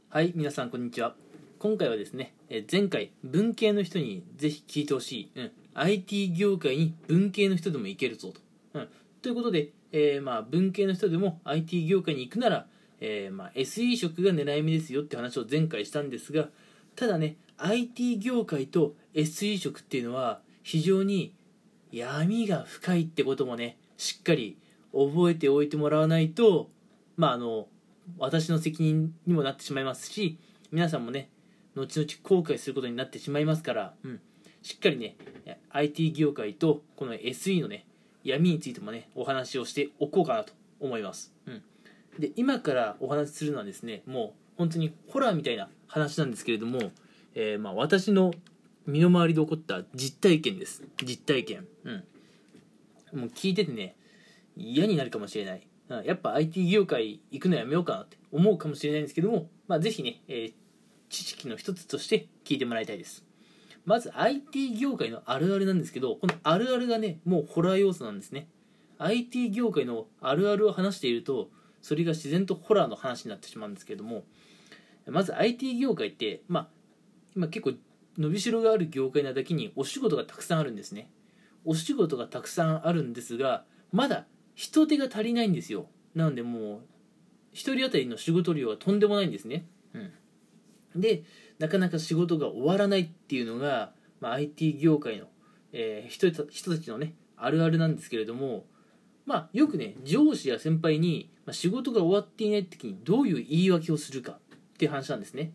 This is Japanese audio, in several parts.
はい、皆さんこんにちは。今回はですね、前回文系の人にぜひ聞いてほしい、IT 業界に文系の人でも行けるぞと。ということで、文系の人でも IT 業界に行くなら、SE 職が狙い目ですよって話を前回したんですが、ただね、IT 業界と SE 職っていうのは非常に闇が深いってこともね、しっかり覚えておいてもらわないと、私の責任にもなってしまいますし、皆さんもね後々後悔することになってしまいますから、しっかりね IT 業界とこの SE のね闇についてもねお話をしておこうかなと思います。で今からお話しするのはですね、もう本当にホラーみたいな話なんですけれども、私の身の回りで起こった実体験です。実体験。もう聞いててね嫌になるかもしれない。やっぱ IT 業界行くのやめようかなって思うかもしれないんですけども、ぜひね、知識の一つとして聞いてもらいたいです。まず IT 業界のあるあるなんですけど、このあるあるがねもうホラー要素なんですね。 IT 業界のあるあるを話しているとそれが自然とホラーの話になってしまうんですけども、まず IT 業界って、今結構伸びしろがある業界なだけにお仕事がたくさんあるんですね。お仕事がたくさんあるんですが、まだ人手が足りないんですよ。なのでもう一人当たりの仕事量がとんでもないんですね。でなかなか仕事が終わらないっていうのが、IT 業界の、人たちのねあるあるなんですけれども、よくね上司や先輩に、仕事が終わっていない時にどういう言い訳をするかっていう話なんですね。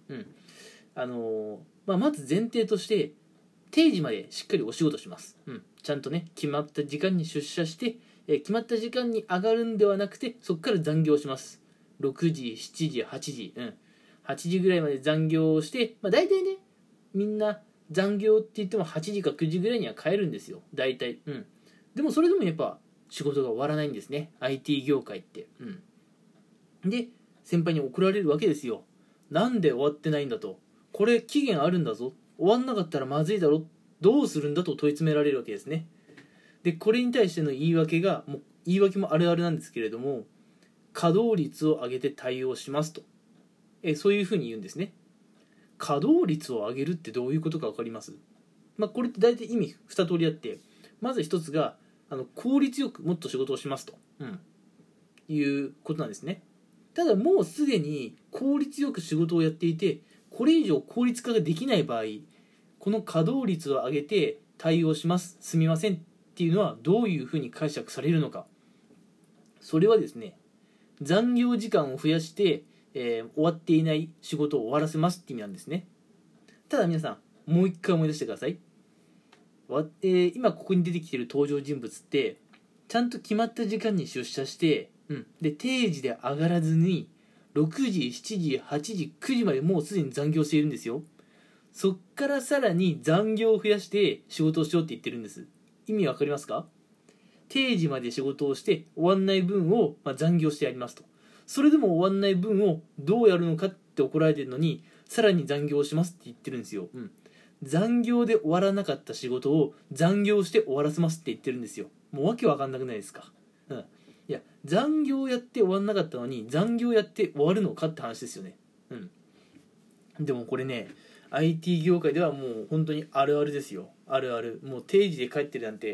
まず前提として定時までしっかりお仕事します。ちゃんとね決まった時間に出社して、決まった時間に上がるんではなくてそこから残業します。6時7時8時、8時ぐらいまで残業をして、大体ねみんな残業って言っても8時か9時ぐらいには帰るんですよ大体。でもそれでもやっぱ仕事が終わらないんですね IT 業界って。で先輩に怒られるわけですよ。なんで終わってないんだと、これ期限あるんだぞ、終わんなかったらまずいだろ、どうするんだと問い詰められるわけですね。でこれに対しての言い訳もあるあるなんですけれども、稼働率を上げて対応しますと、そういうふうに言うんですね。稼働率を上げるってどういうことか分かります？これって大体意味2通りあって、まず一つが効率よくもっと仕事をしますと、いうことなんですね。ただもうすでに効率よく仕事をやっていて、これ以上効率化ができない場合、この稼働率を上げて対応します、すみませんっていうのはどういうふうに解釈されるのか。それはですね、残業時間を増やして、終わっていない仕事を終わらせますって意味なんですね。ただ皆さんもう一回思い出してください。今ここに出てきている登場人物ってちゃんと決まった時間に出社して、で定時で上がらずに6時7時8時9時までもうすでに残業しているんですよ。そっからさらに残業を増やして仕事をしようって言ってるんです。意味わかりますか？定時まで仕事をして終わんない分を、残業してやりますと。それでも終わんない分をどうやるのかって怒られてるのに、さらに残業をしますって言ってるんですよ。残業で終わらなかった仕事を残業して終わらせますって言ってるんですよ。もうわけわかんなくないですか？いや残業やって終わんなかったのに残業やって終わるのかって話ですよね。でもこれね IT 業界ではもう本当にあるあるですよ。あるある。もう定時で帰ってるなんて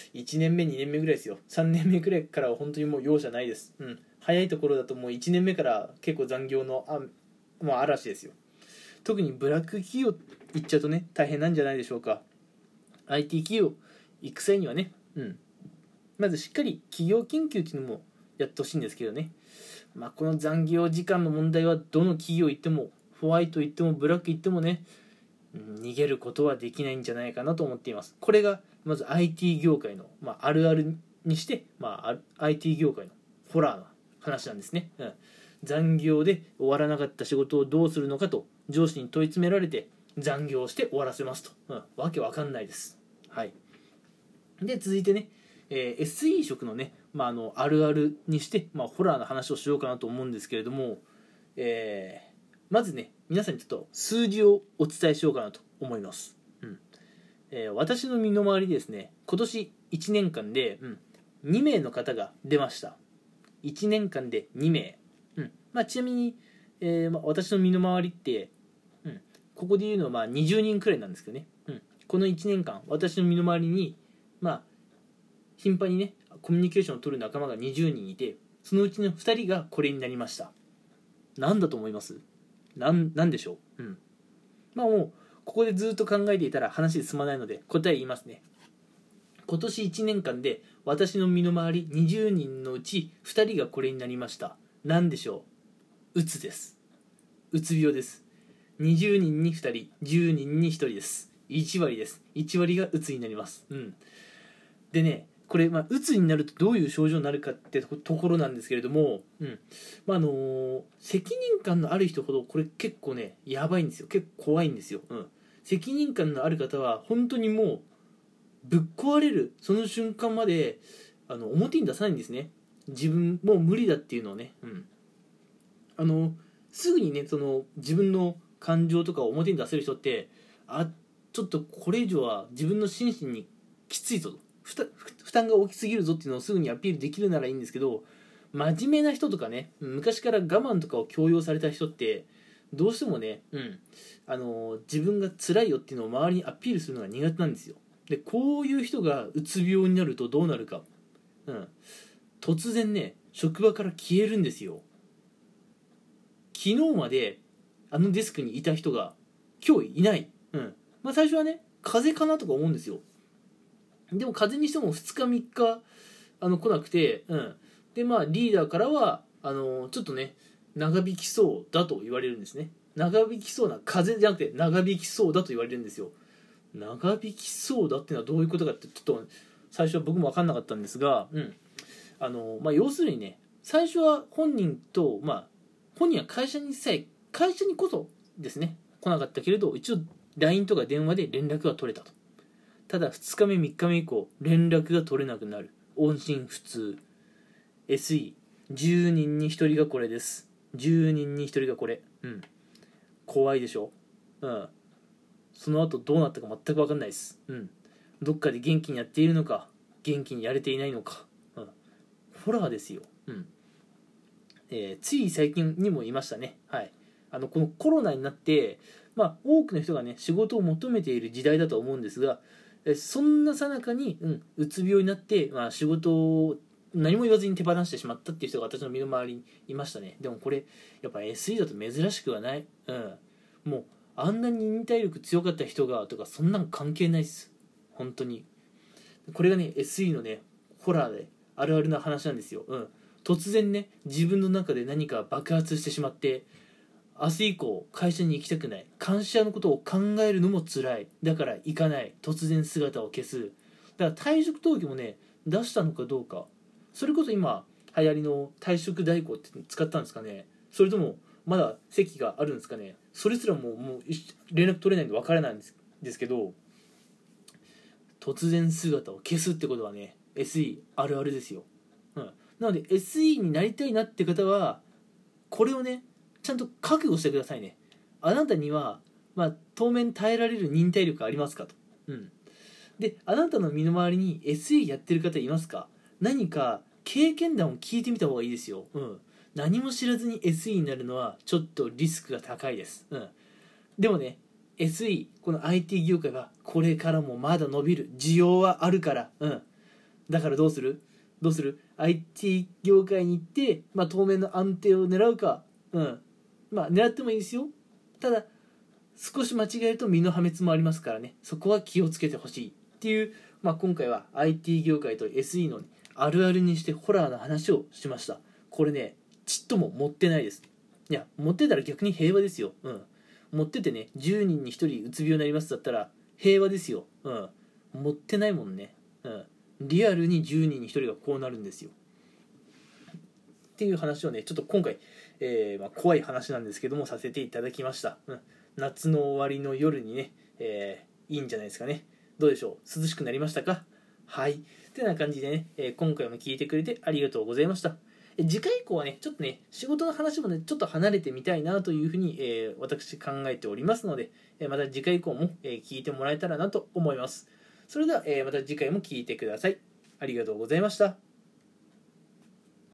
1年目2年目ぐらいですよ。3年目くらいからは本当にもう容赦ないです。早いところだともう1年目から結構残業の嵐ですよ。特にブラック企業行っちゃうとね大変なんじゃないでしょうか。 IT 企業行く際にはね、まずしっかり企業研究っていうのもやってほしいんですけどね。この残業時間の問題はどの企業行ってもホワイト行ってもブラック行ってもね、逃げることはできないんじゃないかなと思っています。これがまず IT 業界の、あるあるにして、IT 業界のホラーの話なんですね。残業で終わらなかった仕事をどうするのかと上司に問い詰められて残業して終わらせますと、わけわかんないです。で続いてね、SE 職のね、あるあるにして、ホラーの話をしようかなと思うんですけれども、まずね皆さんにちょっと数字をお伝えしようかなと思います。私の身の回りでですね、今年1年間で、2名の方が出ました。1年間で2名、ちなみに私の身の回りって、ここで言うのは20人くらいなんですけどね、この1年間私の身の回りに頻繁にねコミュニケーションを取る仲間が20人いて、そのうちの2人がこれになりました。何だと思います？なんでしょう。もうここでずっと考えていたら話進まないので答え言いますね。今年1年間で私の身の回り20人のうち2人がこれになりました。何でしょう。うつです。うつ病です。20人に2人、10人に1人です。1割です。1割がうつになります。でね、これ、うつになるとどういう症状になるかってところなんですけれども、責任感のある人ほどこれ結構ねやばいんですよ。結構怖いんですよ。責任感のある方は本当にもうぶっ壊れるその瞬間まで表に出さないんですね。自分もう無理だっていうのをね、すぐにねその自分の感情とかを表に出せる人って、ちょっとこれ以上は自分の心身にきついぞと、負担が大きすぎるぞっていうのをすぐにアピールできるならいいんですけど、真面目な人とかね、昔から我慢とかを強要された人ってどうしてもね、自分が辛いよっていうのを周りにアピールするのが苦手なんですよ。でこういう人がうつ病になるとどうなるか、突然ね職場から消えるんですよ。昨日まであのデスクにいた人が今日いない、最初はね風邪かなとか思うんですよ。でも風邪にしても2日3日来なくて、でリーダーからはちょっとね長引きそうだと言われるんですね。長引きそうな風邪じゃなくて長引きそうだと言われるんですよ。長引きそうだっていうのはどういうことかってちょっと最初は僕も分かんなかったんですが、要するにね最初は本人は会社にこそですね来なかったけれど一応 LINE とか電話で連絡が取れたと。ただ2日目3日目以降連絡が取れなくなる。音信不通。 SE10 人に1人がこれです。10人に1人がこれ。怖いでしょ。その後どうなったか全く分かんないです。どっかで元気にやっているのか元気にやれていないのか、ホラーですよ。つい最近にも言いましたね。このコロナになって、多くの人がね仕事を求めている時代だと思うんですが、そんな最中に、うつ病になって、仕事を何も言わずに手放してしまったっていう人が私の身の回りにいましたね。でもこれやっぱ SE だと珍しくはない。もうあんなに忍耐力強かった人がとかそんなん関係ないっす。本当にこれがね SE のねホラーであるあるな話なんですよ。突然ね自分の中で何か爆発してしまって、明日以降会社に行きたくない、感謝のことを考えるのも辛い、だから行かない、突然姿を消す。だから退職届もね出したのかどうか、それこそ今流行りの退職代行って使ったんですかね、それともまだ席があるんですかね。それすらもう連絡取れないんで分からないんですけど、突然姿を消すってことはね SE あるあるですよ。なので SE になりたいなって方はこれをねちゃんと覚悟してくださいね。あなたには、当面耐えられる忍耐力ありますかと。であなたの身の回りに SE やってる方いますか。何か経験談を聞いてみた方がいいですよ。何も知らずに SE になるのはちょっとリスクが高いです。でもね SE この IT 業界はこれからもまだ伸びる、需要はあるから、だからどうする IT 業界に行って、当面の安定を狙うか、狙ってもいいですよ。ただ少し間違えると身の破滅もありますからね、そこは気をつけてほしいっていう、今回は IT 業界と SE の、あるあるにしてホラーな話をしました。これねちっとも持ってないです。いや持ってたら逆に平和ですよ。持っててね10人に1人うつ病になりますだったら平和ですよ。持ってないもんね。リアルに10人に1人がこうなるんですよっていう話をねちょっと今回、怖い話なんですけどもさせていただきました。夏の終わりの夜にね、いいんじゃないですかね。どうでしょう、涼しくなりましたか。ってな感じでね、今回も聞いてくれてありがとうございました。次回以降はねちょっとね仕事の話もねちょっと離れてみたいなというふうに、私考えておりますので、また次回以降も、聞いてもらえたらなと思います。それでは、また次回も聞いてください。ありがとうございました。